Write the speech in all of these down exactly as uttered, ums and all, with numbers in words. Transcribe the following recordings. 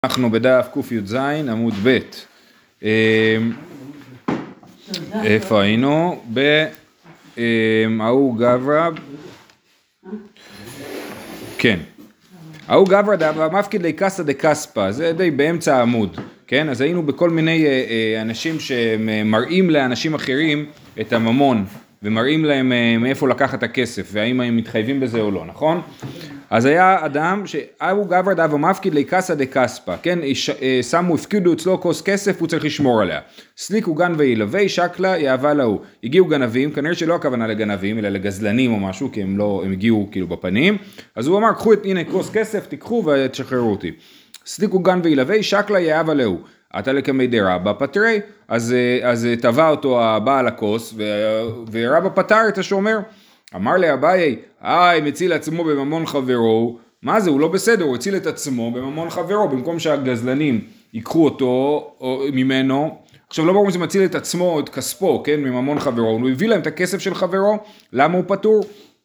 אנחנו בדף ק"ז עמוד ב'. איפה היינו? בהוא גברא, כן, ההוא גברא דאבה מפקיד לי קסא דקספא, זה די באמצע העמוד, כן? אז היינו בכל מיני אנשים שמראים לאנשים אחרים את הממון ומראים להם מאיפה לקחת את הכסף והאם הם מתחייבים בזה או לא, נכון? אז היה אדם שההוא גברא דאבה מפקיד לי קסא דקספא, כן? שמו, הפקידו אצלו כוס כסף, הוא צריך לשמור עליה. סליקו גנבי ילווה, שקלה יאהבה להוא. הגיעו גנבים, כנראה שלא הכוונה לגנבים, אלא לגזלנים או משהו, כי הם לא, הם הגיעו כאילו בפנים. אז הוא אמר, קחו את, הנה כוס כסף, תיקחו ותשחררו אותי. סליקו גנבי ילווה, שקלה יאהבה להוא. אתה לקמי דרבא פטרי, אז, אז תבע אותו הבעל הכוס, ורבא פטר את השומר. אמר לאביי, היי, מציל עצמו בממון חברו, מה זה, הוא לא בסדר, הוא הציל את עצמו בממון חברו, במקום שהגזלנים ייקחו אותו או, ממנו, עכשיו לא ברור אם זה מציל את עצמו או את כספו, כן, מממון חברו, הוא הביא להם את הכסף של חברו, למה הוא פטור?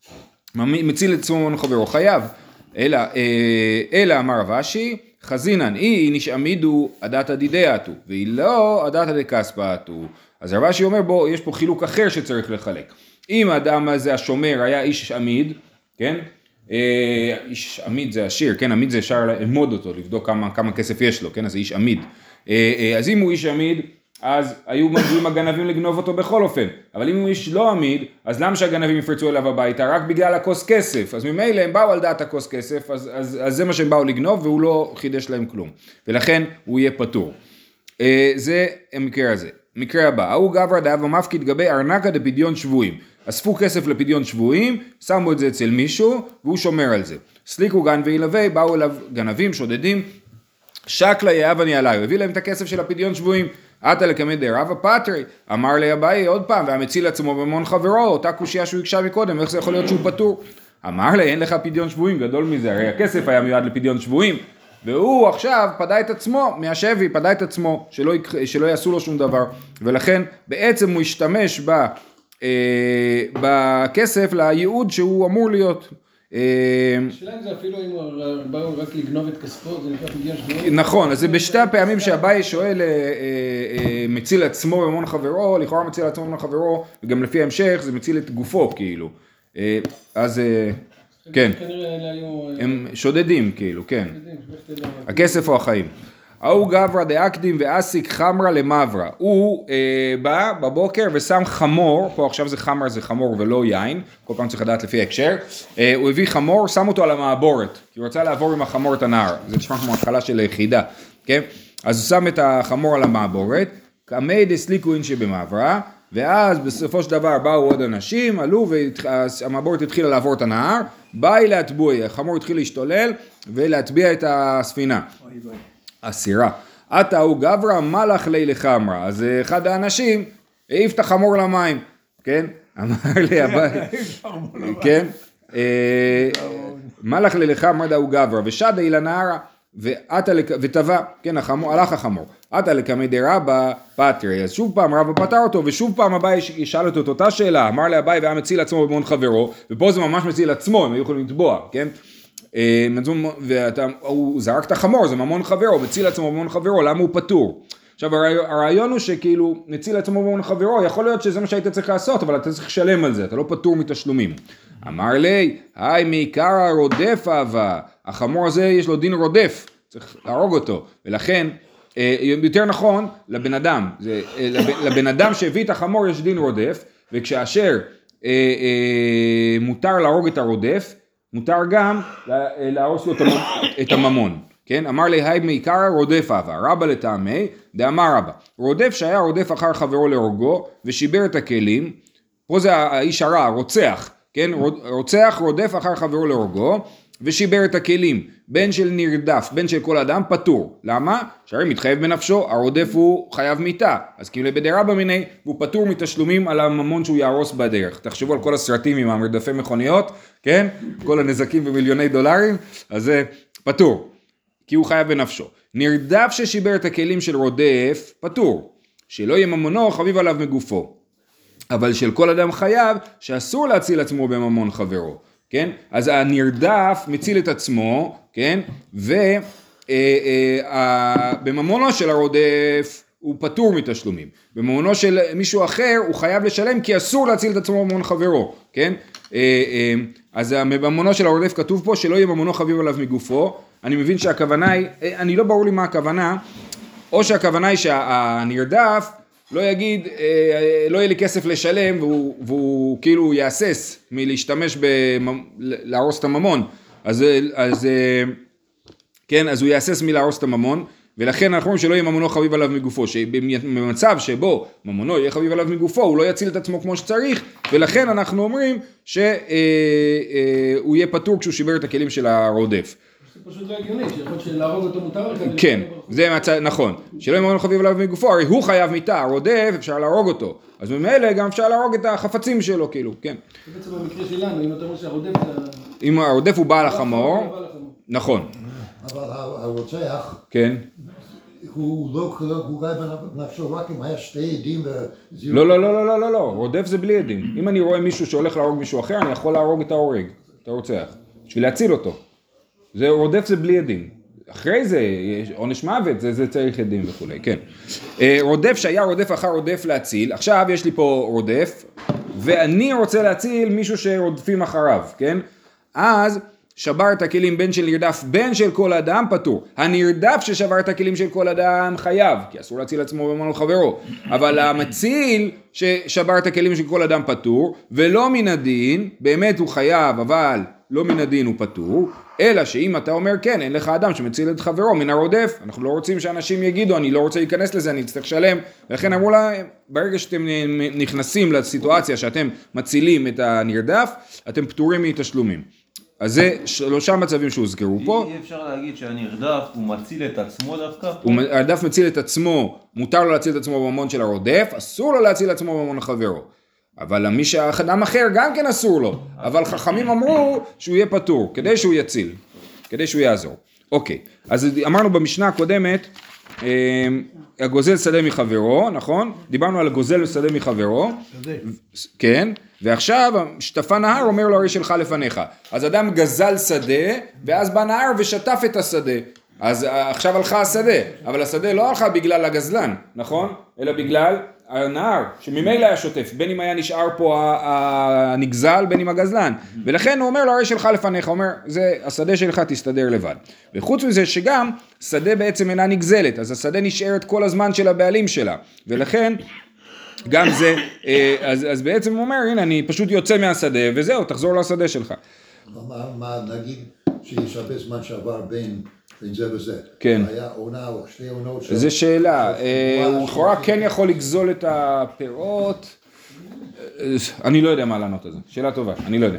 מציל את עצמו בממון חברו, חייב, אלא, אה, אלא אמר רב אשי, חזינן, אי נשעמידו עדת הדידאתו, והיא לא עדת הדקספאתו, אז רב אשי אומר בו, יש פה חילוק אחר שצריך לחלק, אם האדם הזה השומר היה איש עמיד, כן? אה, איש עמיד זה עשיר, כן? עמיד זה אפשר ללמוד אותו, לבדוק כמה, כמה כסף יש לו, כן? אז זה איש עמיד. אה, אה, אז אם הוא איש עמיד, אז היו מגיעים הגנבים לגנוב אותו בכל אופן. אבל אם הוא איש לא עמיד, אז למה שהגנבים יפרצו אליו הביתה? רק בגלל הכוס כסף. אז ממילא הם באו על דעת הכוס כסף, אז, אז, אז זה מה שהם באו לגנוב, והוא לא חידש להם כלום. ולכן הוא יהיה פטור. אה, זה המקרה הזה. מקרה הבא, ההוא גברא דאבה מפקיד גבי ארנקה דפדיון שבויים. אספו כסף לפדיון שבויים, שמו את זה אצל מישהו, והוא שומר על זה. סליקו גנבי ילווה, באו אליו גנבים, שודדים, שקלה יאהבה ניעליו, הביא להם את הכסף של הפדיון שבויים. עתה לקמי דרבא פטרי, אמר לאביי עוד פעם, והמציל עצמו בממון חברו, אותה קושיה שהוא הקשה מקודם, איך זה יכול להיות שהוא פטור? אמר לה, אין לך פדיון שבויים, גדול מזה, הרי הכסף היה מיועד לפדיון שבויים, והוא עכשיו פדה את עצמו מהשבי, פדה את עצמו, שלא, שלא יעשו לו שום דבר, ולכן בעצם הוא השתמש ב, אה, בכסף לייעוד שהוא אמור להיות. השאלה אם זה אפילו אם הוא באו רק לגנוב את כספו, זה נקרא פדיון שבויים. נכון, אז זה בשתי הפעמים שהבאי שואל מציל עצמו בממון חברו, לכאורה מציל עצמו בממון חברו, וגם לפי ההמשך זה מציל את גופו כאילו. אז כן, הם שודדים כאילו, כן. הכסף או החיים. ההוא גברא דאקדים ואסיק חמרה למברא. הוא אה, בא בבוקר ושם חמור, פה עכשיו זה חמר זה חמור ולא יין, כל פעם צריך לדעת לפי ההקשר. אה, הוא הביא חמור, שם אותו על המעבורת, כי הוא רצה לעבור עם החמור את הנהר. זה נשמע כמו התחלה של היחידה, כן? אז הוא שם את החמור על המעבורת, קמי דסליקו אינשי במברא, ואז בסופו של דבר באו עוד אנשים, עלו והמעבורת התחילה לעבור את הנהר, באי להטבועי, החמור התחיל להשתולל ולהטביע את הספינה. הסירה. עתה הוא גברא מלך לי לחמרה. אז אחד האנשים העיף את החמור למים, כן? אמר לי הבא, כן? מלך לי לחמרה דאו גברא ושדה אל הנהרה וטבע, כן, הלך החמור. עתה לקמי דרבא פטרי. אז שוב פעם רבא פטר אותו ושוב פעם אביי ישאל אותו את אותה שאלה. אמר לאביי והיה מציל עצמו בממון חברו, ופה זה ממש מציל עצמו, הם היו יכולים לתבוע, כן? והוא זרק את החמור, זה ממון חברו, מציל עצמו ממון חברו, למה הוא פטור? עכשיו הרעיון הוא שכאילו מציל עצמו ממון חברו, יכול להיות שזה מה שהיית צריך לעשות, אבל אתה צריך לשלם על זה, אתה לא פטור מתשלומים. אמר לי, היי מעיקר הרודף אהבה, החמור הזה יש לו דין רודף, צריך להרוג אותו, ולכן יותר נכון לבן אדם, זה, לבן אדם שהביא את החמור יש דין רודף, וכשאשר מותר להרוג את הרודף, מותר גם להרוס לו את הממון, כן? אמר לי, היי מעיקר רודף אהבה, רבא לטעמי, דאמר רבא, רודף שהיה רודף אחר חברו להורגו, ושיבר את הכלים, פה זה האיש הרע, רוצח, כן? רוצח רודף אחר חברו להורגו, ושיבר את הכלים, בין של נרדף, בין של כל אדם, פטור. למה? שהרי מתחייב בנפשו, הרודף הוא חייב מיתה, אז כאילו בדרבא מיני, הוא פטור מתשלומים על הממון שהוא יהרוס בדרך. תחשבו על כל הסרטים עם המרדפי מכוניות, כן? כל הנזקים במיליוני דולרים, אז זה פטור, כי הוא חייב בנפשו. נרדף ששיבר את הכלים של רודף, פטור. שלא יהיה ממונו, חביב עליו מגופו. אבל של כל אדם חייב, שאסור להציל עצמו בממון חברו. כן? אז הנרדף מציל את עצמו, כן? ו... בממונו של הרודף הוא פטור מתשלומים, בממונו של מישהו אחר הוא חייב לשלם כי אסור להציל את עצמו ממון חברו, כן? אז בממונו של הרודף כתוב פה שלא יהיה ממונו חביב עליו מגופו, אני מבין שהכוונה היא, אני לא ברור לי מה הכוונה, או שהכוונה היא שהנרדף לא יגיד, לא יהיה לי כסף לשלם והוא, והוא כאילו יאסס מלהשתמש להרוס את הממון, אז, אז, כן, אז הוא יאסס מלהרוס את הממון, ולכן אנחנו אומרים שלא יהיה ממונו חביב עליו מגופו, שבמצב שבו ממונו יהיה חביב עליו מגופו, הוא לא יציל את עצמו כמו שצריך, ולכן אנחנו אומרים שהוא יהיה פטור כשהוא שיבר את הכלים של הרודף. זה פשוט לא הגיוני, שיכול להיות שלהרוג אותו מותר לך. כן, זה מצא, נכון, שלא יהיה ממונו חביב עליו מגופו, הרי הוא חייב מיתה, הרודף אפשר להרוג אותו, אז ממילא גם אפשר להרוג את החפצים שלו, כאילו, כן. זה בעצם במקרה שלנו, אם אתה אומר שהרודף... אם הרודף הוא בעל החמור, נכון. אבל הרוצח, כן. הוא לא חי בנפשו רק אם היה שתי עדים וזירו. לא, לא, לא, לא, לא, לא, רודף זה בלי עדים. אם אני רואה מישהו שהולך להרוג מישהו אחר, אני יכול להרוג את ההורג, את הרוצח, בשביל להציל אותו. זה רודף זה בלי עדים. אחרי זה, יש עונש מוות, זה, זה צריך עדים וכו', כן. רודף שהיה רודף אחר רודף להציל, עכשיו יש לי פה רודף, ואני רוצה להציל מישהו שרודפים אחריו, כן? אז... שבר את הכלים בין של נרדף בין של כל אדם פטור. הנרדף ששבר את הכלים של כל אדם חייב, כי אסור להציל עצמו בממון חברו. אבל המציל ששבר את הכלים של כל אדם פטור, ולא מן הדין, באמת הוא חייב, אבל לא מן הדין הוא פטור, אלא שאם אתה אומר כן, אין לך אדם שמציל את חברו מן הרודף, אנחנו לא רוצים שאנשים יגידו, אני לא רוצה להיכנס לזה, אני אצטרך לשלם, ולכן אמרו להם, ברגע שאתם נכנסים לסיטואציה שאתם מצילים את הנרדף, אתם פטורים מתשלומים. אז זה שלושה מצבים שהוזכרו פה. אי אפשר להגיד שהנרדף הוא מציל את עצמו דווקא? הנרדף מציל את עצמו, מותר לו להציל את עצמו בממון של הרודף, אסור לו להציל את עצמו בממון חברו. אבל מי שאדם אחר גם כן אסור לו, אבל חכמים אמרו שהוא יהיה פטור, כדי שהוא יציל, כדי שהוא יעזור. אוקיי, אז אמרנו במשנה הקודמת, הגוזל שדה מחברו, נכון? דיברנו על הגוזל שדה מחברו. כן, ועכשיו שטפה נהר אומר לו הרי שלך לפניך. אז אדם גזל שדה, ואז בא נהר ושטף את השדה. אז עכשיו הלכה השדה, אבל השדה לא הלכה בגלל הגזלן, נכון? אלא בגלל הנהר, שממילא היה שוטף, בין אם היה נשאר פה הנגזל, בין אם הגזלן. ולכן הוא אומר לו הרי שלך לפניך, הוא אומר, זה השדה שלך תסתדר לבד. וחוץ מזה שגם, שדה בעצם אינה נגזלת, אז השדה נשארת כל הזמן של הבעלים שלה. ולכן, גם זה, אז, אז בעצם הוא אומר, הנה, אני פשוט יוצא מהשדה, וזהו, תחזור לשדה שלך. מה, מה נגיד שיש הרבה זמן שעבר בין... בין זה וזה. כן. היה עונה או שתי עונות. זו שאלה, הוא לכאורה כן יכול לגזול את הפירות, אני לא יודע מה לענות על זה, שאלה טובה, אני לא יודע.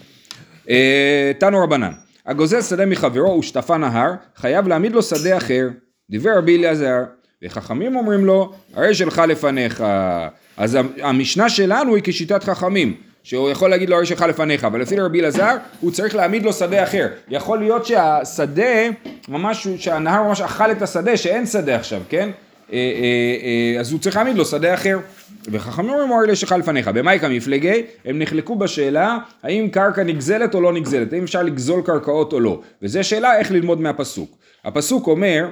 תנו רבנן, הגוזל שדה מחברו ושטפה נהר, חייב להעמיד לו שדה אחר, דיבר רבי אליעזר, וחכמים אומרים לו, הרי שלך לפניך, אז המשנה שלנו היא כשיטת חכמים, שהוא יכול להגיד לו הרי שלך לפניך, אבל לפי רבי אלעזר הוא צריך להעמיד לו שדה אחר. יכול להיות שהשדה, ממש, שהנהר ממש אכל את השדה, שאין שדה עכשיו, כן? אז הוא צריך להעמיד לו שדה אחר. וחכמים אומרים הרי שלך לפניך. במאי כמפלגי, הם נחלקו בשאלה, האם קרקע נגזלת או לא נגזלת, האם אפשר לגזול קרקעות או לא. וזו שאלה איך ללמוד מהפסוק. הפסוק אומר,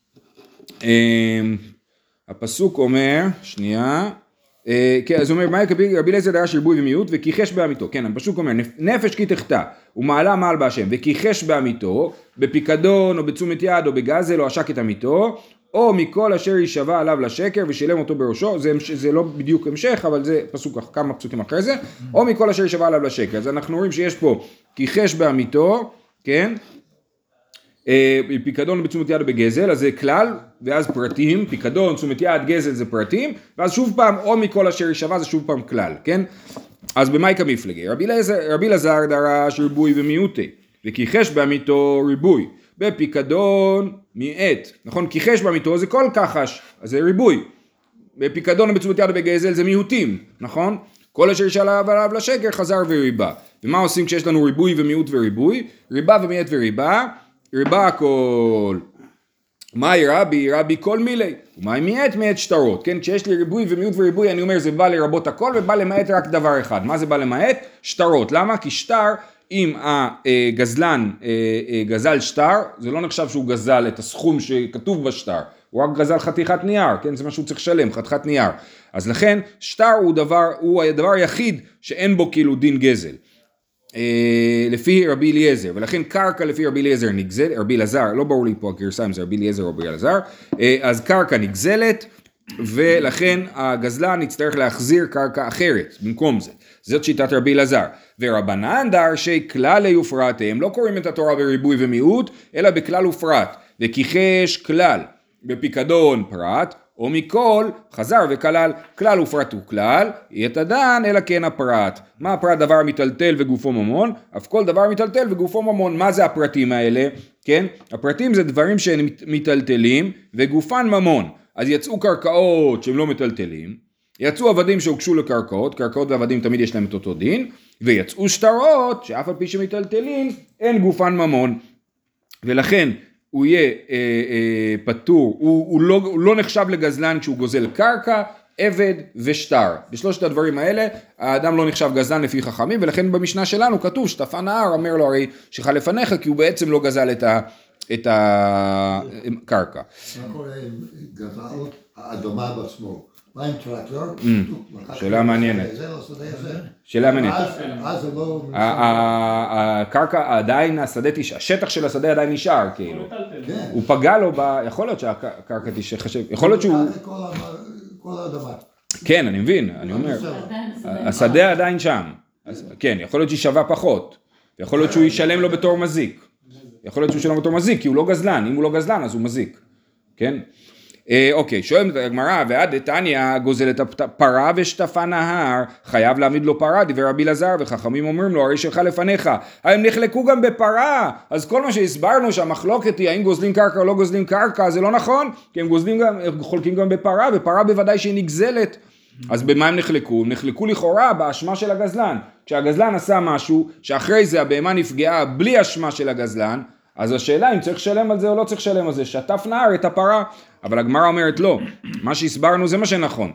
הפסוק אומר, שנייה, כן, אז הוא אומר, רבי אליעזר דרש ריבוי ומיעוט וכיחש בעמיתו. כן, הפסוק אומר, נפש כי תחטא ומעלה מעל בהשם וכיחש בעמיתו, בפיקדון או בתשומת יד או בגזל או עשק את עמיתו, או מכל אשר יישבע עליו לשקר ושילם אותו בראשו, זה, זה לא בדיוק המשך, אבל זה פסוק, כמה פסוקים אחרי זה, או מכל אשר יישבע עליו לשקר. אז אנחנו רואים שיש פה כיחש בעמיתו, כן, פיקדון בתשומת יד בגזל, אז זה כלל, ואז פרטים, פיקדון, תשומת יד, גזל זה פרטים, ואז שוב פעם, או מכל אשר יישבע זה שוב פעם כלל, כן? אז במאי כמפלגי, רבי אלעזר דרש ריבוי ומיעוטי, וכיחש בעמיתו ריבוי, בפיקדון מיעט, נכון? כיחש בעמיתו זה כל כחש, אז זה ריבוי, בפיקדון בתשומת יד בגזל זה מיעוטים, נכון? כל אשר יישבע עליו לשקר חזר וריבה, ומה עושים כשיש לנו ריבוי ומיעוט וריבוי? ריבה ומיעט וריבה, ריבה הכל, מהי רבי? רבי כל מילי, ומהי מיעט? מיעט שטרות, כן? כשיש לי ריבוי ומיעוט וריבוי, אני אומר זה בא לרבות הכל ובא למעט רק דבר אחד. מה זה בא למעט? שטרות. למה? כי שטר אם הגזלן גזל שטר, זה לא נחשב שהוא גזל את הסכום שכתוב בשטר, הוא רק גזל חתיכת נייר, כן? זה מה שהוא צריך לשלם, חתיכת נייר. אז לכן שטר הוא דבר, הוא הדבר היחיד שאין בו כאילו דין גזל. לפי רבי אליעזר, ולכן קרקע לפי רבי אליעזר נגזל, רבי אלעזר, לא ברור לי פה הגרסה אם זה רבי אליעזר או רבי אלעזר, אז קרקע נגזלת, ולכן הגזלן יצטרך להחזיר קרקע אחרת במקום זה. זאת שיטת רבי אלעזר. ורבנן דרשי כלל יופרט, הם לא קוראים את התורה בריבוי ומיעוט, אלא בכלל ופרט, וכיחש כלל, בפיקדון פרט, או מכל חזר וכלל, כלל ופרט הוא כלל, יתדן אלא כן הפרט. מה הפרט? דבר מטלטל וגופו ממון, אף כל דבר מטלטל וגופו ממון. מה זה הפרטים האלה? כן? הפרטים זה דברים שהם מטלטלים וגופן ממון. אז יצאו קרקעות שהם לא מטלטלים, יצאו עבדים שהוגשו לקרקעות, קרקעות ועבדים תמיד יש להם את אותו דין, ויצאו שטרות שאף על פי שמטלטלים אין גופן ממון. ולכן הוא יהיה אה, אה, פטור, הוא, הוא, לא, הוא לא נחשב לגזלן כשהוא גוזל קרקע, עבד ושטר. בשלושת הדברים האלה האדם לא נחשב גזלן לפי חכמים, ולכן במשנה שלנו כתוב שטפה נהר, אומר לו הרי שחל לפניך, כי הוא בעצם לא גזל את, ה, את הקרקע. מה קורה עם גזל האדמה בעצמו? מה עם טרקטור? שאלה מעניינת. שאלה מעניינת. אז זה לא... הקרקע עדיין, השדה, השטח של השדה עדיין נשאר, כאילו. הוא פגע לו, יכול להיות שהקרקע תשחשב, יכול להיות שהוא... כל האדמה. כן, אני מבין, אני אומר. השדה עדיין שם. כן, יכול להיות שהיא שווה פחות. יכול להיות שהוא ישלם לו בתור מזיק. יכול להיות שהוא ישלם בתור מזיק, כי הוא לא גזלן. אם הוא לא גזלן, אז הוא מזיק. כן? אוקיי, שואלת הגמרא, ועד דתניא גוזל את הפרה ושטפה נהר, חייב להעמיד לו פרה, דבר רבי אלעזר, וחכמים אומרים לו, הרי שלך לפניך, הם נחלקו גם בפרה, אז כל מה שהסברנו שהמחלוקת היא, האם גוזלים קרקע או לא גוזלים קרקע, זה לא נכון, כי הם גוזלים גם, הם חולקים גם בפרה, ופרה בוודאי שהיא נגזלת, אז במה הם נחלקו? הם נחלקו לכאורה באשמה של הגזלן, כשהגזלן עשה משהו, שאחרי זה הבהמה נפגעה בלי אשמה של הגזלן, אז השאלה אם צריך לשלם על זה או לא צריך לשלם על זה, שטף נהר את הפרה, אבל הגמרא אומרת לא, מה שהסברנו זה מה שנכון,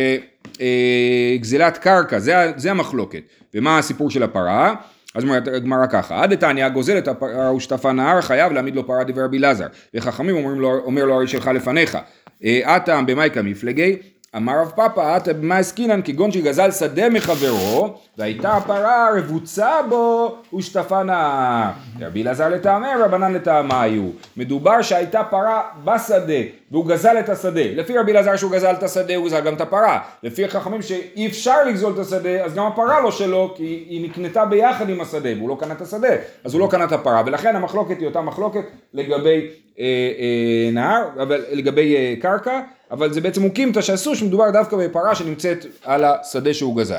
שגזילת קרקע זה, זה המחלוקת, ומה הסיפור של הפרה? אז אומרת הגמרא ככה, עד דתניא גוזל את הפרה ושטפה נהר, חייב להעמיד לו פרה דבר רבי אלעזר, וחכמים אומרים לו, אומר לו הרי שלך לפניך, אתם במאי כמפלגי, אמר רב פאפא, אתה במה עסקינן כגון שגזל שדה מחברו, והייתה הפרה רבוצה בו ושטפה נהר. רבי אלעזר לטעמי, רבנן לטעמה היו. מדובר שהייתה פרה בשדה, והוא גזל את השדה. לפי רבי אלעזר שהוא גזל את השדה, הוא גזל גם את הפרה. לפי החכמים שאי אפשר לגזול את השדה, אז גם הפרה לא שלו, כי היא נקנתה ביחד עם השדה, והוא לא קנה את השדה, אז הוא לא קנה את הפרה. ולכן המחלוקת היא אותה מחלוקת לגבי אה, אה, נהר, אבל, לגבי אה, קרקע, אבל זה בעצם מוקימתא שעשו שמדובר דווקא בפרה שנמצאת על השדה שהוא גזל.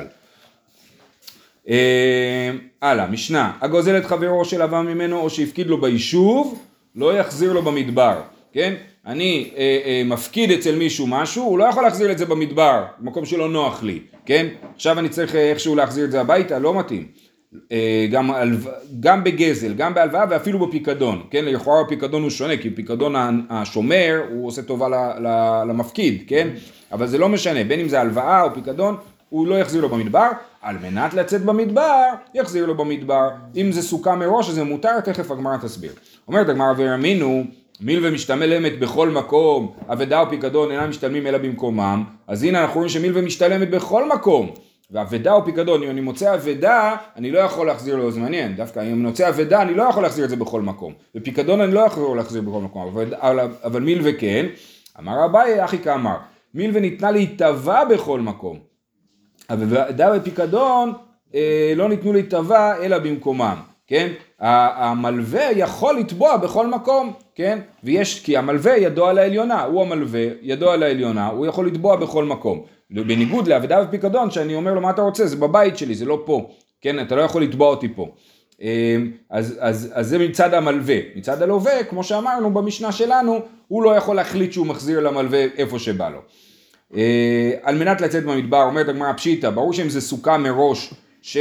הלאה, משנה, הגוזל את חברו של עבר ממנו או שהפקיד לו ביישוב, לא יחזיר לו במדבר, כן? אני אה, אה, מפקיד אצל מישהו משהו, הוא לא יכול להחזיר את זה במדבר, במקום שלא נוח לי, כן? עכשיו אני צריך איכשהו להחזיר את זה הביתה, לא מתאים. גם, גם בגזל, גם בהלוואה ואפילו בפיקדון, כן? לכאורה הפיקדון הוא שונה, כי פיקדון השומר הוא עושה טובה למפקיד, כן? אבל זה לא משנה, בין אם זה הלוואה או פיקדון, הוא לא יחזיר לו במדבר, על מנת לצאת במדבר, יחזיר לו במדבר. אם זה סוכה מראש, אז זה מותר, תכף הגמרא תסביר. אומרת הגמרא, ורמינו, מיל ומשתלמת בכל מקום, אבדה או פיקדון אינם משתלמים אלא במקומם, אז הנה אנחנו רואים שמיל ומשתלמת בכל מקום. ואבדה או פיקדון, אם אני מוצא אבדה, אני לא יכול להחזיר לו, זה מעניין, דווקא אם אני מוצא אבדה, אני לא יכול להחזיר את זה בכל מקום, ופיקדון אני לא יכול להחזיר בכל מקום, אבל, אבל, אבל מיל וכן, אמר אביי, אחי כאמר, מיל וניתנה להתאווה בכל מקום, אבדה ופיקדון אה, לא ניתנו להתאווה אלא במקומם, כן? המלווה יכול לתבוע בכל מקום, כן? ויש, כי המלווה ידו על העליונה, הוא המלווה, ידו על העליונה, הוא יכול לתבוע בכל מקום. בניגוד לאבדה ופיקדון, שאני אומר לו מה אתה רוצה, זה בבית שלי, זה לא פה, כן? אתה לא יכול לתבוע אותי פה. אז, אז, אז זה מצד המלווה. מצד הלווה, כמו שאמרנו במשנה שלנו, הוא לא יכול להחליט שהוא מחזיר למלווה איפה שבא לו. על מנת לצאת במדבר, אומרת הגמרא פשיטא, ברור שאם זה סוכה מראש, ש...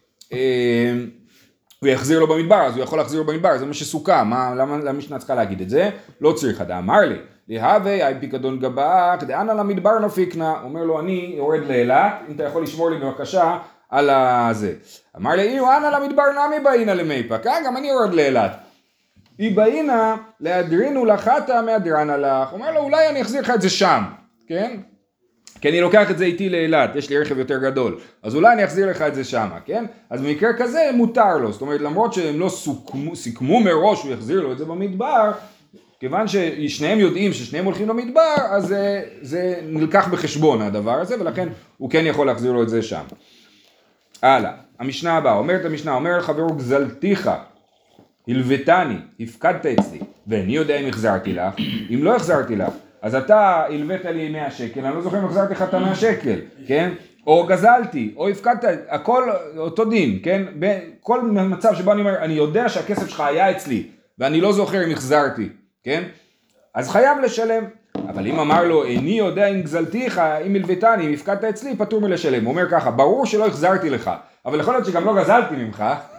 הוא יחזיר לו במדבר, אז הוא יכול להחזיר לו במדבר, זה מה שסוכה, מה, למה, למה משנה צריכה להגיד את זה? לא צריך, אתה אמר לי, להווה, אי פיקדון גבח, דאנה למדבר נפיקנה, אומר לו, אני יורד לאילת, אם אתה יכול לשמור לי בבקשה על הזה. אמר לי, אנה למדבר נמי באינה למיפה, כאן גם אני יורד לאילת. היא באינה להדרינו לחתה מהדרנה לך, אומר לו אולי אני אחזיר לך את זה שם, כן? כי אני לוקח את זה איתי לאילת, יש לי רכב יותר גדול, אז אולי אני אחזיר לך את זה שם, כן? אז במקרה כזה מותר לו, זאת אומרת למרות שהם לא סוכמו, סיכמו מראש הוא יחזיר לו את זה במדבר, כיוון ששניהם יודעים ששניהם הולכים למדבר, אז זה, זה נלקח בחשבון הדבר הזה, ולכן הוא כן יכול להחזיר לו את זה שם. הלאה, המשנה הבאה, אומרת המשנה, אומר לחברו גזלתיך, הלוותני, הפקדת אצלי, ואני יודע אם החזרתי לך, אם לא החזרתי לך, אז אתה הלווית לי מאה שקל, אני לא זוכר אם החזרתי לך את המאה שקל, כן? או גזלתי, או הפקדת, הכל אותו דין, כן? בכל מצב שבו אני אומר, אני יודע שהכסף שלך היה אצלי, ואני לא זוכר אם החזרתי, כן? אז חייב לשלם. אבל אם אמר לו, איני יודע אם גזלתיך, אם הלוותני, אם הפקדת אצלי, פטור מלשלם. הוא אומר ככה, ברור שלא החזרתי לך, אבל יכול להיות שגם לא גזלתי ממך,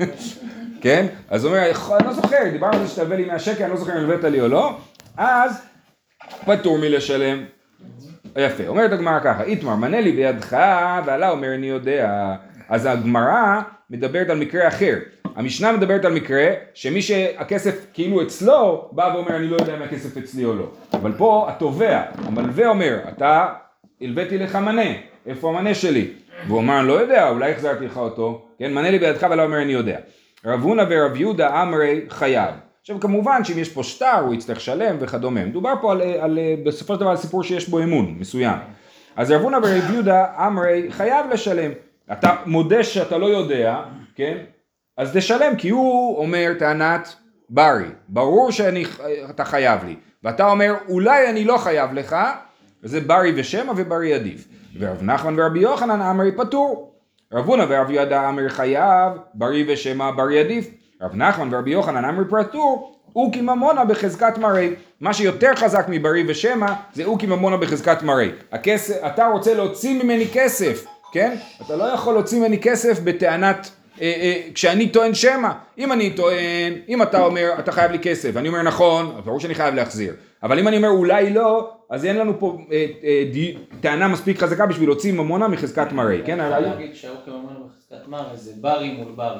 כן? אז הוא אומר, אני לא זוכר, דיברנו על זה שתלווה לי מאה שקל, אני לא זוכר אם הלווית לי או לא, אז פטור מלשלם. יפה, אומרת הגמרא ככה, איתמר, מנה לי בידך, ועלה אומר, אני יודע. אז הגמרא מדברת על מקרה אחר. המשנה מדברת על מקרה שמי שהכסף כאילו אצלו, בא ואומר, אני לא יודע אם הכסף אצלי או לא. אבל פה התובע, המלווה אומר, אתה הלוויתי לך מנה, איפה המנה שלי? והוא אומר, אני לא יודע, אולי החזרתי לך אותו, כן, מנה לי בידך, ועלה אומר, אני יודע. רב הונא ורב יהודה אמרי חייב. עכשיו כמובן שאם יש פה שטר הוא יצטרך לשלם וכדומה, מדובר פה על, על, בסופו של דבר על סיפור שיש בו אמון מסוים. אז רב הונא ורב יהודה אמרי חייב לשלם, אתה מודה שאתה לא יודע, כן? אז תשלם כי הוא אומר טענת ברי, ברור שאתה חייב לי, ואתה אומר אולי אני לא חייב לך, וזה ברי ושמע וברי עדיף. ורב נחמן ורבי יוחנן אמרי פטור, רב הונא ורב יהודה אמרי חייב, ברי ושמע ברי עדיף. רב נחמן ורבי יוחנן אמרי פטור, אוקי ממונה בחזקת מראי. מה שיותר חזק מברי ושמע זה אוקי ממונה בחזקת מראי. הכסף, אתה רוצה להוציא ממני כסף, כן? אתה לא יכול להוציא ממני כסף בטענת, אה, אה, כשאני טוען שמע. אם אני טוען, אם אתה אומר אתה חייב לי כסף, ואני אומר נכון, ברור שאני חייב להחזיר. אבל אם אני אומר אולי לא, אז אין לנו פה אה, אה, די, טענה מספיק חזקה בשביל להוציא ממונה מחזקת מראי, כן? אני יכול להגיד שהאוקי ממונה בחזקת מראי זה ברי מול ברי.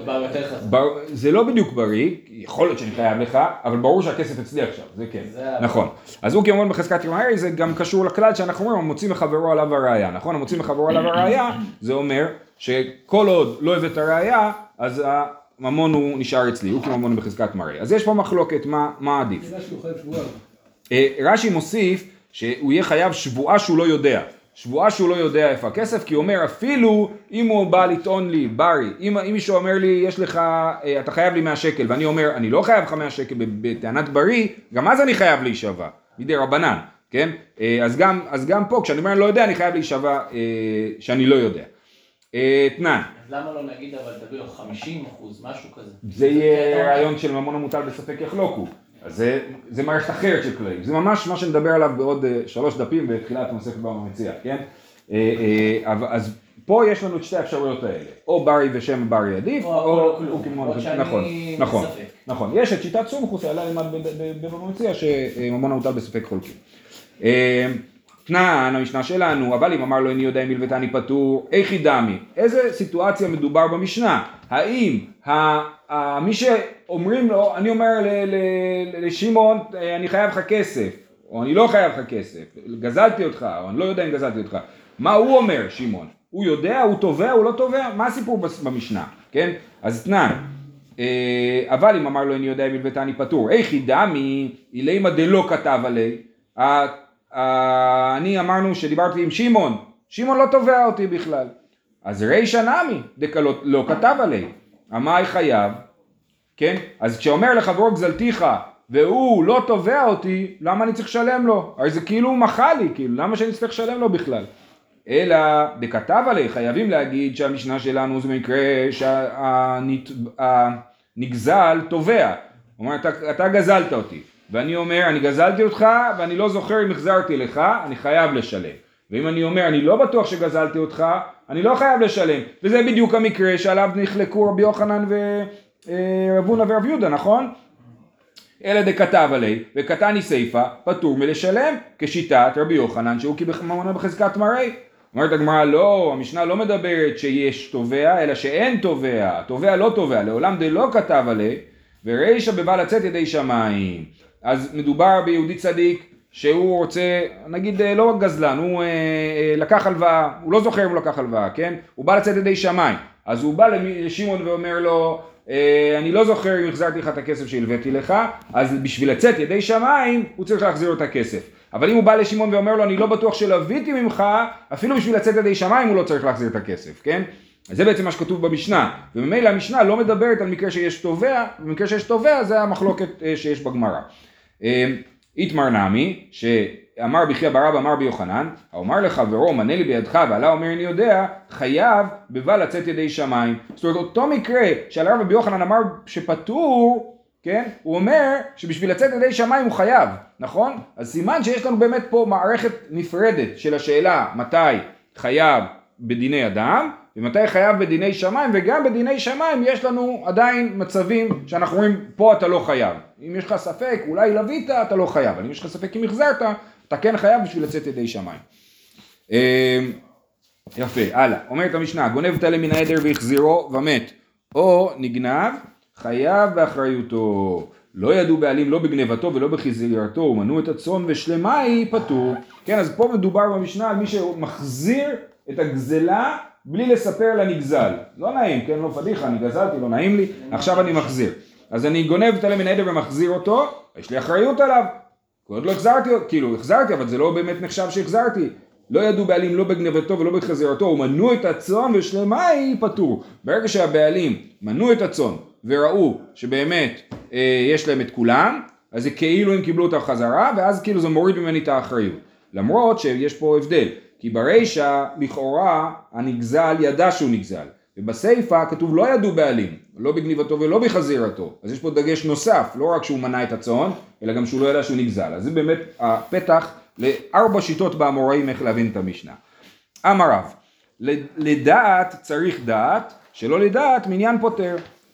זה לא בדיוק בריא, יכול להיות שאני חייב לך, אבל ברור שהכסף אצלי עכשיו, זה כן, נכון. אז הוא כמובן בחזקת מראי, זה גם קשור לכלל שאנחנו אומרים, המוציא מחברו עליו הראייה, נכון? המוציא מחברו עליו הראייה, זה אומר שכל עוד לא הבאת הראייה, אז הממון הוא נשאר אצלי, הוא כמובן בחזקת מראי. אז יש פה מחלוקת, מה עדיף? רש"י מוסיף שהוא יהיה חייב שבועה שהוא לא יודע. שבועה שהוא לא יודע איפה הכסף, כי הוא אומר אפילו אם הוא בא לטעון לי, ברי, אם, אם מישהו אומר לי יש לך, אתה חייב לי מאה שקל, ואני אומר אני לא חייב לך מאה שקל בטענת ברי, גם אז אני חייב להישבע, בידי רבנן, כן? אז גם, אז גם פה כשאני אומר אני לא יודע, אני חייב להישבע שאני לא יודע. תנן. אז למה לא נגיד אבל תביא לו חמישים אחוז, משהו כזה? זה יהיה רעיון של ממון המוטל בספק יחלוקו. אז זה, זה מערכת אחרת של כללים, זה ממש מה שנדבר עליו בעוד שלוש דפים בתחילת מסכת בבא מציעא, כן? אז פה יש לנו את שתי האפשרויות האלה, או ברי ושמע ברי עדיף, או כמובן, נכון, נכון, נכון, יש את שיטת סומכוס, עליה לימד בבבא מציעא שממון המוטל בספק חולקים. תנן, המשנה שלנו, אבל אם אמר לו אני יודע אם הלוותני פטור, איכי דמי, איזה סיטואציה מדובר במשנה? האם מי שאומרים לו, אני אומר לשמעון, אני חייב לך כסף, או אני לא חייב לך כסף, גזלתי אותך, או אני לא יודע אם גזלתי אותך, מה הוא אומר שמעון? הוא יודע, הוא תובע, הוא לא תובע? מה הסיפור במשנה? כן? אז תנן, אבל אם אמר לו אני יודע אם הלוותני פטור, איכי דמי, אילימה דלא כתב עלי, אני אמרנו שדיברתי עם שמעון, שמעון לא תובע אותי בכלל, אז רישא נמי דקה לא, לא כתב עלי, המאי חייב, כן? אז כשאומר לחברו גזלתיך והוא לא תובע אותי, למה אני צריך לשלם לו? הרי זה כאילו הוא מחה לי, כאילו, למה שאני צריך לשלם לו בכלל? אלא דכתב עלי, חייבים להגיד שהמשנה שלנו זה מקרה שהנגזל תובע, הוא אומר אתה, אתה גזלת אותי, ואני אומר אני גזלתי אותך ואני לא זוכר אם החזרתי לך, אני חייב לשלם. ואם אני אומר אני לא בטוח שגזלתי אותך, אני לא חייב לשלם. וזה בדיוק המקרה שעליו נחלקו רבי יוחנן ורב הונא ורב יהודה, נכון? אלא דכתב עלי וקטני סיפא פטור מלשלם, כשיטת רבי יוחנן שהוא כי ממונה בחזקת מראי. אומרת הגמרא, לא, המשנה לא מדברת שיש תובע, אלא שאין תובע, תובע לא תובע, לעולם דלא כתב עליה, ורישא בבא לצאת ידי שמיים. אז מדובר ביהודי צדיק, שהוא רוצה, נגיד לא רק גזלן, הוא אה, אה, לקח הלוואה, הוא לא זוכר אם הוא לקח הלוואה, כן? הוא בא לצאת ידי שמיים, אז הוא בא לשמעון ואומר לו, אה, אני לא זוכר אם החזרתי לך את הכסף שהלוויתי לך, אז בשביל לצאת ידי שמיים, הוא צריך להחזיר את הכסף. אבל אם הוא בא לשמעון ואומר לו, אני לא בטוח שלוויתי ממך, אפילו בשביל לצאת ידי שמיים הוא לא צריך להחזיר את הכסף, כן? אז זה בעצם מה שכתוב במשנה, וממילא המשנה לא מדברת על מקרה שיש תובע, במקרה שיש תובע זה המחלוקת אה, שיש בגמרא. אה, איתמר נמי, שאמר בחייא בר אבא אמר ביוחנן, האומר לחברו מנה לי בידך ועלה אומר אני יודע, חייב בבא לצאת ידי שמיים. זאת אומרת אותו מקרה שעל רבי ביוחנן אמר שפטור, כן? הוא אומר שבשביל לצאת ידי שמיים הוא חייב, נכון? אז סימן שיש לנו באמת פה מערכת נפרדת של השאלה מתי חייב בדיני אדם, ומתי חייב בדיני שמיים, וגם בדיני שמיים יש לנו עדיין מצבים שאנחנו רואים פה אתה לא חייב. אם יש לך ספק, אולי לווית, אתה לא חייב. אבל אם יש לך ספק אם החזרת, אתה כן חייב בשביל לצאת ידי שמיים. יפה, הלאה. אומרת המשנה, גונב תלה מן העדר והחזירו ומת, או נגנב, חייב באחריותו. לא ידעו בעלים לא בגנבתו ולא בחזירתו, ומנעו את הצאן ושלמה היא פטור. כן, אז פה מדובר במשנה על מי שמחזיר את הגזלה, בלי לספר לנגזל. לא נעים, כן, לא פדיחה, אני גזלתי, לא נעים לי, עכשיו אני מחזיר. אז אני גונב תלה מן העדר ומחזיר אותו, יש לי אחריות עליו. עוד לא החזרתי, כאילו, החזרתי, אבל זה לא באמת נחשב שהחזרתי. לא ידעו בעלים לא בגנבתו ולא בחזירתו, ומנעו את הצאן ושלמה היא פטור. ברגע שהבעלים מנעו את הצאן וראו שבאמת אה, יש להם את כולם, אז זה כאילו הם קיבלו את החזרה, ואז כאילו זה מוריד ממני את האחריות. למרות שיש פה הבדל. כי ברישא לכאורה הנגזל ידע שהוא נגזל, ובסייפה כתוב לא ידעו בעלים, לא בגניבתו ולא בחזירתו, אז יש פה דגש נוסף, לא רק שהוא מנע את הצאן, אלא גם שהוא לא ידע שהוא נגזל, אז זה באמת הפתח לארבע שיטות באמוראים איך להבין את המשנה. אמר רב, לדעת צריך דעת, שלא לדעת מניין פותר.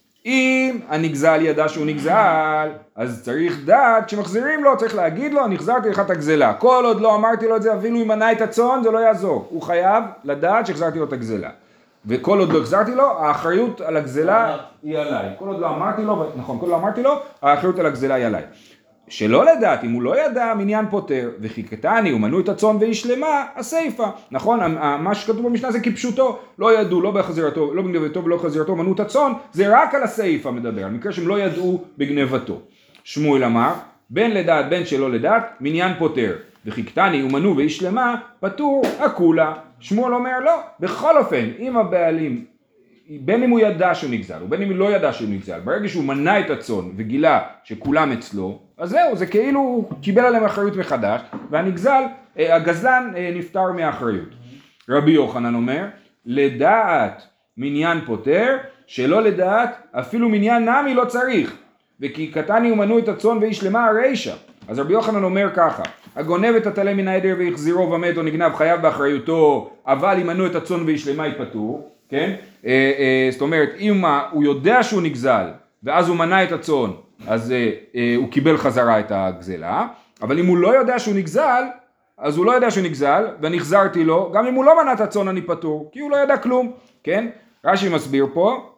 אם הנגזל ידע שהוא נגזל, אז צריך דעת, כשמחזירים לו צריך להגיד לו, אני החזרתי לך את הגזלה. כל עוד לא אמרתי לו את זה, אפילו אם מנע את הצאן, זה לא יעזור. הוא חייב לדעת שהחזרתי לו את הגזלה. וכל עוד לא החזרתי לו, האחריות על הגזלה היא עליי. כל עוד לא אמרתי לו, נכון, כל עוד לא אמרתי לו, האחריות על הגזלה היא עליי. שלא לדעת, אם הוא לא ידע, מניין פותר, וחיכתני, הוא מנעו את הצאן והיא שלמה, הסייפה. נכון, מה שכתוב במשנה זה כפשוטו, לא ידעו, לא בחזירתו, לא בגנבתו ולא בחזירתו, מנעו את הצאן, זה רק על הסייפה מדבר, על מקרה שהם לא ידעו בגנבתו. שמואל אמר, בין לדעת, בין שלא לדעת, מניין פותר, וחיכתני, הוא מנעו והיא שלמה, פטור, הכולה. שמואל אומר, לא, בכל אופן, אם הבעלים, בין אם הוא ידע שהוא נגזל, ובין אם הוא לא ידע שהוא נגזל, ברגע שהוא מנע את הצאן וגילה שכולם אצלו, אז זהו, זה כאילו הוא קיבל עליהם אחריות מחדש, והנגזל, הגזלן נפטר מהאחריות. רבי יוחנן אומר, לדעת מניין פותר, שלא לדעת אפילו מניין נמי לא צריך, וכי קטני ומנעו את הצאן והיא שלמה הרישא. אז רבי יוחנן אומר ככה, הגונב את התלה מן העדר והחזירו ומת או נגנב חייב באחריותו, אבל אם מנעו את הצאן והיא שלמה היא פטור, כן? אה, אה, זאת אומרת, אם הוא יודע שהוא נגזל, ואז הוא מנע את הצאן, אז אה, אה, הוא קיבל חזרה את הגזלה, אבל אם הוא לא יודע שהוא נגזל, אז הוא לא יודע שהוא נגזל, ואני החזרתי לו, גם אם הוא לא מנע את הצאן אני פטור, כי הוא לא ידע כלום, כן? רש"י מסביר פה,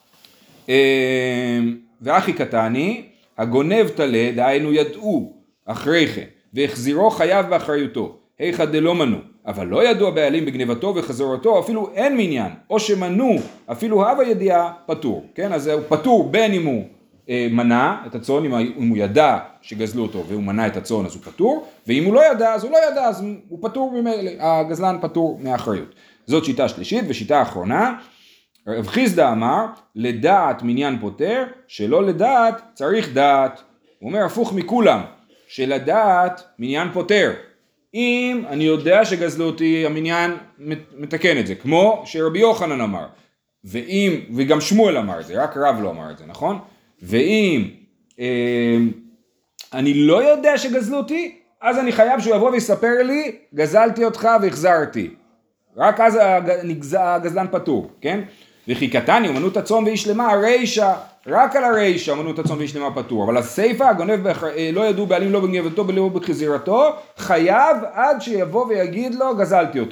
אה, ואחי קטני, הגונב תלה, דהיינו ידעו אחרי כן, והחזירו חייב באחריותו, היכא דלא מנעו, אבל לא ידעו הבעלים בגנבתו וחזרתו, אפילו אין מניין, או שמנעו, אפילו הווה ידיעה, פטור, כן? אז הוא פטור בין אם הוא אה, מנע את הצאן, אם, אם הוא ידע שגזלו אותו והוא מנע את הצאן אז הוא פטור, ואם הוא לא ידע אז הוא לא ידע, אז הוא פטור ממילא, הגזלן פטור מהאחריות. זאת שיטה שלישית, ושיטה אחרונה, רב חיסדא אמר, לדעת מניין פותר, שלא לדעת צריך דעת. הוא אומר הפוך מכולם, שלדעת מניין פותר. אם אני יודע שגזלו אותי, המניין מתקן את זה, כמו שרבי יוחנן אמר, ואם, וגם שמואל אמר את זה, רק רב לא אמר את זה, נכון? ואם אה, אני לא יודע שגזלו אותי, אז אני חייב שהוא יבוא ויספר לי, גזלתי אותך והחזרתי. רק אז הגזלן פטור, כן? וכי קטני, ומנו את הצאן והיא שלמה, הרישא, רק על הרישא, ומנו את הצאן והיא שלמה פטור. אבל הסייפה, הגונב לא ידעו בעלים לא בגנבתו ולא בחזירתו, חייב עד שיבוא ויגיד לו, גזלתי אותך.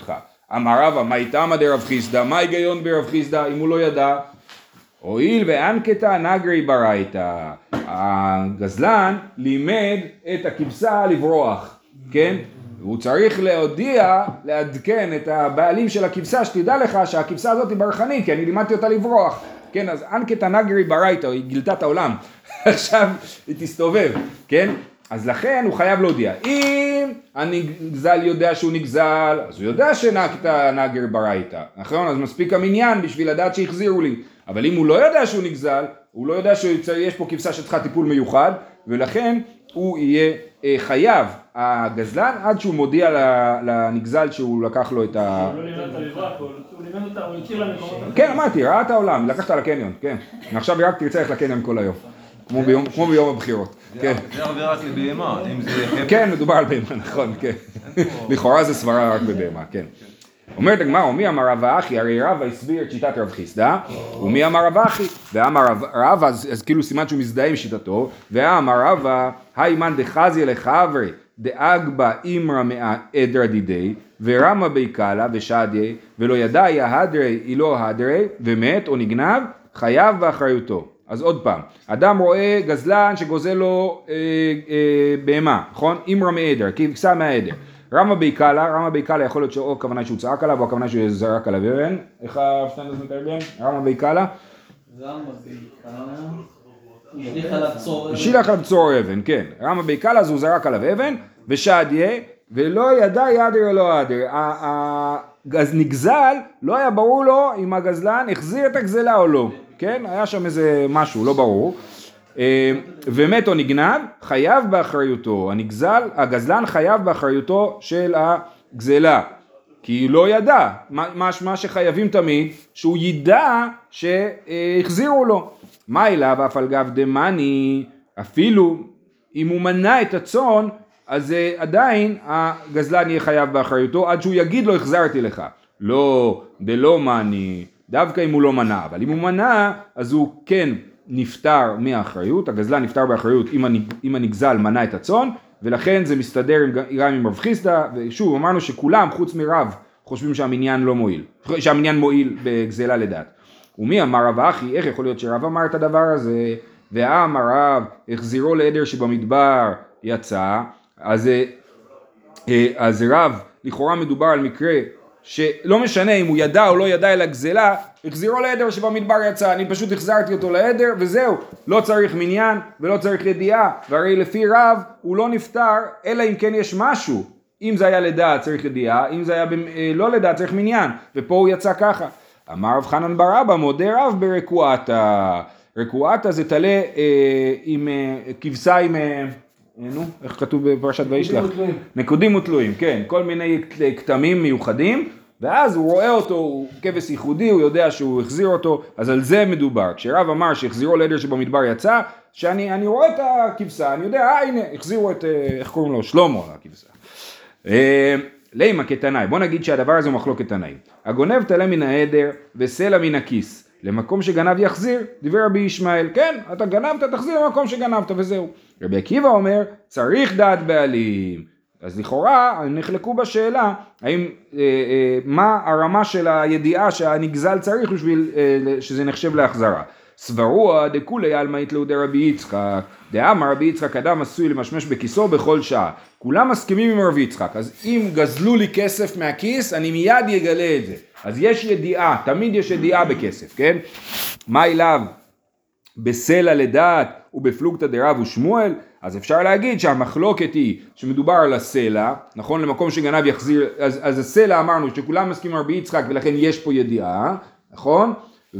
אמר רבא, מה איתמא דרב חיסדא, מה ההיגיון ברב חיסדא אם הוא לא ידע? הואיל ואנקתא נגרי ברייתא, הגזלן לימד את הכבשה לברוח, כן? והוא צריך להודיע, לעדכן את הבעלים של הכבשה, שתדע לך שהכבשה הזאת היא ברחנית, כי אני לימדתי אותה לברוח. כן, אז אנקתא נגרי ברייתא, היא גילתה את העולם, עכשיו היא תסתובב, כן? אז לכן הוא חייב להודיע. אם הנגזל יודע שהוא נגזל, אז הוא יודע שנקתא נגרי ברייתא, נכון? אז מספיק המניין בשביל לדעת שהחזירו לי. אבל אם הוא לא יודע שהוא נגזל, הוא לא יודע שיש פה כבשה שצריכה טיפול מיוחד, ולכן הוא יהיה אה, חייב הגזלן עד שהוא מודיע לנגזל שהוא לקח לו את ה... הוא לא לימד אותה לברוח, הוא לימד אותה, הוא הכיר למקומות אחרים. כן, אמרתי, ראה את העולם, לקחת לקניון, כן. עכשיו רק תרצה איך לקניון כל היום, כמו ביום, כמו ביום הבחירות. זה הרבה רק לבהמה, אם זה... כן, מדובר על בהמה, נכון, כן. לכאורה זה סברה רק בבהמה, כן. אומרת הגמרא, ומי אמר רב אחי, הרי רבא הסביר את שיטת רב חיסדא, ומי אמר רב אחי, ואמר רבא, אז, אז כאילו סימן שהוא מזדהה עם שיטתו, ואמר רבא, הימן דחזיה לחברי, דאגבה אימרא מעדרא דידי, ורמא בי קלה ושדיה, ולא ידע יהדרי אילו הדרי, ומת או נגנב, חייב באחריותו. אז עוד פעם, אדם רואה גזלן שגוזל לו אה, אה, בהמה, נכון? אימרא מעדר, כבשה מהעדר. רמא בי קלה, רמא בי קלה יכול להיות שאו הכוונה שהוא צעק עליו, או הכוונה שהוא זרק עליו אבן. איך השטיינז מתרגם? רמא בי קלה? רמא בי קלה, השליך עליו צור אבן. השליך עליו צור אבן, כן. רמא בי קלה, אז הוא זרק עליו אבן, ושדיה, ולא ידע ידר או לא ידר. הנגזל, לא היה ברור לו אם הגזלן החזיר את הגזלה או לא. כן? היה שם איזה משהו, לא ברור. ומת או נגנב, חייב באחריותו, הנגזל, הגזלן חייב באחריותו של הגזלה, כי הוא לא ידע, מה, מה שחייבים תמיד, שהוא ידע שהחזירו לו. מה אליו אף על גב דמני, אפילו אם הוא מנע את הצאן, אז עדיין הגזלן יהיה חייב באחריותו, עד שהוא יגיד לו החזרתי לך. לא, דלא מני, דווקא אם הוא לא מנע, אבל אם הוא מנע, אז הוא כן נפטר מהאחריות, הגזלן נפטר באחריות אם הנגזל מנע את הצאן, ולכן זה מסתדר גם עם רב חיסדא, ושוב אמרנו שכולם חוץ מרב חושבים שהמניין לא מועיל, שהמניין מועיל בגזלה לדעת. ומי אמר רב אחי, איך יכול להיות שרב אמר את הדבר הזה, ואמר רב, החזירו לעדר שבמדבר יצא, אז, אז רב, לכאורה מדובר על מקרה, שלא משנה אם הוא ידע או לא ידע אל הגזלה, החזירו לעדר שבמדבר יצא, אני פשוט החזרתי אותו לעדר וזהו, לא צריך מניין ולא צריך ידיעה, והרי לפי רב הוא לא נפטר אלא אם כן יש משהו, אם זה היה לדעת צריך ידיעה, אם זה היה לא לדעת צריך מניין, ופה הוא יצא ככה. אמר רב חנן בר אבא מודה רב ברקועתא, רקועתא זה תלה אה, עם אה, כבשה עם... אה, נו, איך כתוב בפרשת וישלח? נקודים ותלויים, כן, כל מיני כתמים מיוחדים, ואז הוא רואה אותו, הוא כבש ייחודי, הוא יודע שהוא החזיר אותו, אז על זה מדובר. כשרב אמר שהחזירו לעדר שבמדבר יצא, שאני אני רואה את הכבשה, אני יודע, אה הנה, החזירו את, איך קוראים לו? שלמה הכבשה. לימה כתנאי, בוא נגיד שהדבר הזה הוא מחלוקת תנאים. הגונב תלה מן העדר וסלע מן הכיס, למקום שגנב יחזיר, דיבר רבי ישמעאל, כן, אתה גנבת, תחזיר למקום שגנבת וזהו. רבי עקיבא אומר, צריך דעת בעלים. אז לכאורה נחלקו בשאלה, האם, אה, אה, מה הרמה של הידיעה שהנגזל צריך בשביל אה, שזה נחשב להחזרה. סברוה דכולי עלמא יתלאו דרבי יצחק, דאמר רבי יצחק אדם עשוי למשמש בכיסו בכל שעה. כולם מסכימים עם רבי יצחק, אז אם גזלו לי כסף מהכיס, אני מיד יגלה את זה. אז יש ידיעה, תמיד יש ידיעה בכסף, כן? מה אליו? בסלע לדעת ובפלוגתא דרב ושמואל, אז אפשר להגיד שהמחלוקת היא שמדובר על הסלע, נכון? למקום שגנב יחזיר, אז, אז הסלע אמרנו שכולם מסכימים עם רבי יצחק ולכן יש פה ידיעה, נכון?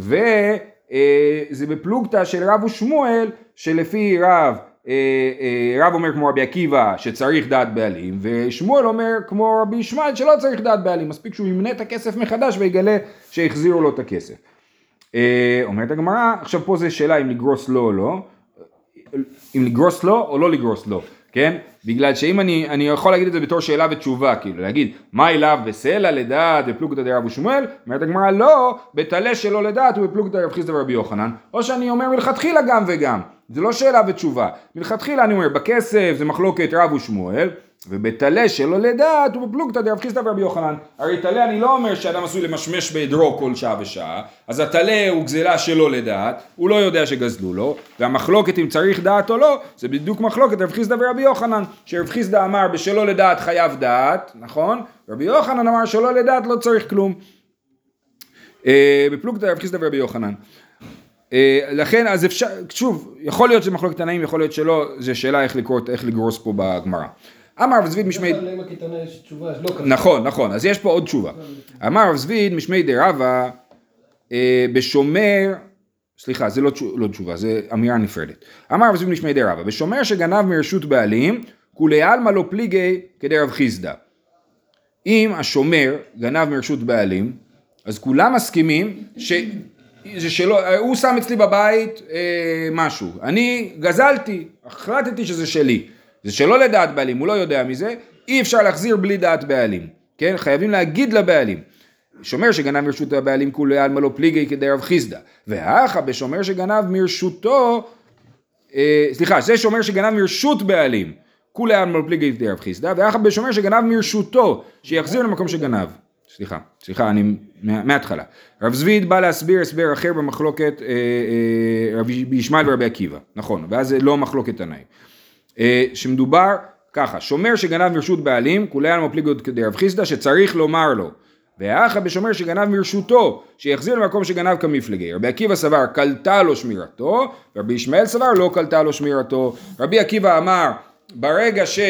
וזה בפלוגתא של רב ושמואל, שלפי רב, רב אומר כמו רבי עקיבא שצריך דעת בעלים, ושמואל אומר כמו רבי ישמעאל שלא צריך דעת בעלים, מספיק שהוא ימנה את הכסף מחדש ויגלה שהחזירו לו את הכסף. אומרת הגמרא, עכשיו פה זה שאלה אם לגרוס לו או לא, אם לגרוס לו או לא לגרוס לו, כן? בגלל שאם אני, אני יכול להגיד את זה בתור שאלה ותשובה, כאילו להגיד מה אליו בסלע לדעת בפלוגתא דרב ושמואל, אומרת הגמרא לא, בתלה שלא לדעת ובפלוגתא רב חיסדא ורבי יוחנן, או שאני אומר מלכתחילה גם וגם, זה לא שאלה ותשובה, מלכתחילה אני אומר בכסף זה מחלוקת רב ושמואל, ובטלה שלא לדעת הוא בפלוגתא דרב חיסדא ורבי יוחנן. הרי טלה אני לא אומר שאדם עשוי למשמש בעדרו כל שעה ושעה, אז הטלה הוא גזלה שלא לדעת, הוא לא יודע שגזלו לו, והמחלוקת אם צריך דעת או לא, זה בדיוק מחלוקת רב חיסדא ורבי יוחנן, שרב חיסדא אמר בשלא לדעת חייב דעת, נכון? רבי יוחנן אמר שלא לדעת לא צריך כלום. בפלוגתא רב חיסדא ורבי יוחנן. לכן אז אפשר, שוב, יכול להיות שזה מחלוקת תנאים, יכול להיות שלא, זה שאלה איך לקרוא, איך לגרוס פה בגמרא. אמר רב זביד משמי... נכון, נכון, אז יש פה עוד תשובה. אמר רב זביד משמי דרבא בשומר, סליחה, זה לא תשובה, זה אמירה נפרדת. אמר רב זביד משמי דרבא, בשומר שגנב מרשות בעלים, כולי עלמא לא פליגי כדרב חיסדא. אם השומר גנב מרשות בעלים, אז כולם מסכימים ש... זה שלא, הוא שם אצלי בבית אה, משהו, אני גזלתי, החלטתי שזה שלי, זה שלא לדעת בעלים, הוא לא יודע מזה, אי אפשר להחזיר בלי דעת בעלים, כן? חייבים להגיד לבעלים, שומר שגנב מרשות הבעלים כולי עלמא לא פליגי כדרב חיסדא, והאחא בשומר שגנב מרשותו, אה, סליחה, זה שומר שגנב מרשות בעלים, כולי עלמא לא פליגי כדרב חיסדא, והאחא בשומר שגנב מרשותו, שיחזיר למקום שגנב. סליחה, סליחה, אני מההתחלה. רב זביד בא להסביר הסבר אחר במחלוקת רבי ישמעאל ורבי עקיבא, נכון, ואז זה לא מחלוקת תנאים. שמדובר ככה, שומר שגנב מרשות בעלים, כולי עלמא פליגי כדרב חיסדא, שצריך לומר לו, והאחא בשומר שגנב מרשותו, שיחזיר למקום שגנב כמפלגי. רבי עקיבא סבר, קלטה לו שמירתו, ורבי ישמעאל סבר, לא קלטה לו שמירתו. רבי עקיבא אמר, ברגע ש...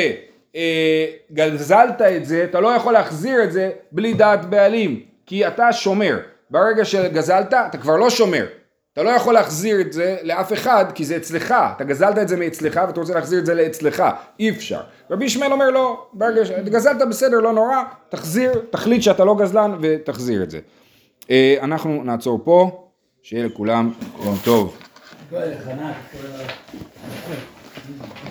גזלת את זה, אתה לא יכול להחזיר את זה בלי דעת בעלים, כי אתה שומר. ברגע שגזלת, אתה כבר לא שומר. אתה לא יכול להחזיר את זה לאף אחד, כי זה אצלך. אתה גזלת את זה מאצלך, ואתה רוצה להחזיר את זה לאצלך. אי אפשר. רבי ישמעאל אומר לא, ברגע שגזלת בסדר, לא נורא, תחזיר, תחליט שאתה לא גזלן, ותחזיר את זה. אנחנו נעצור פה, שיהיה לכולם יום טוב.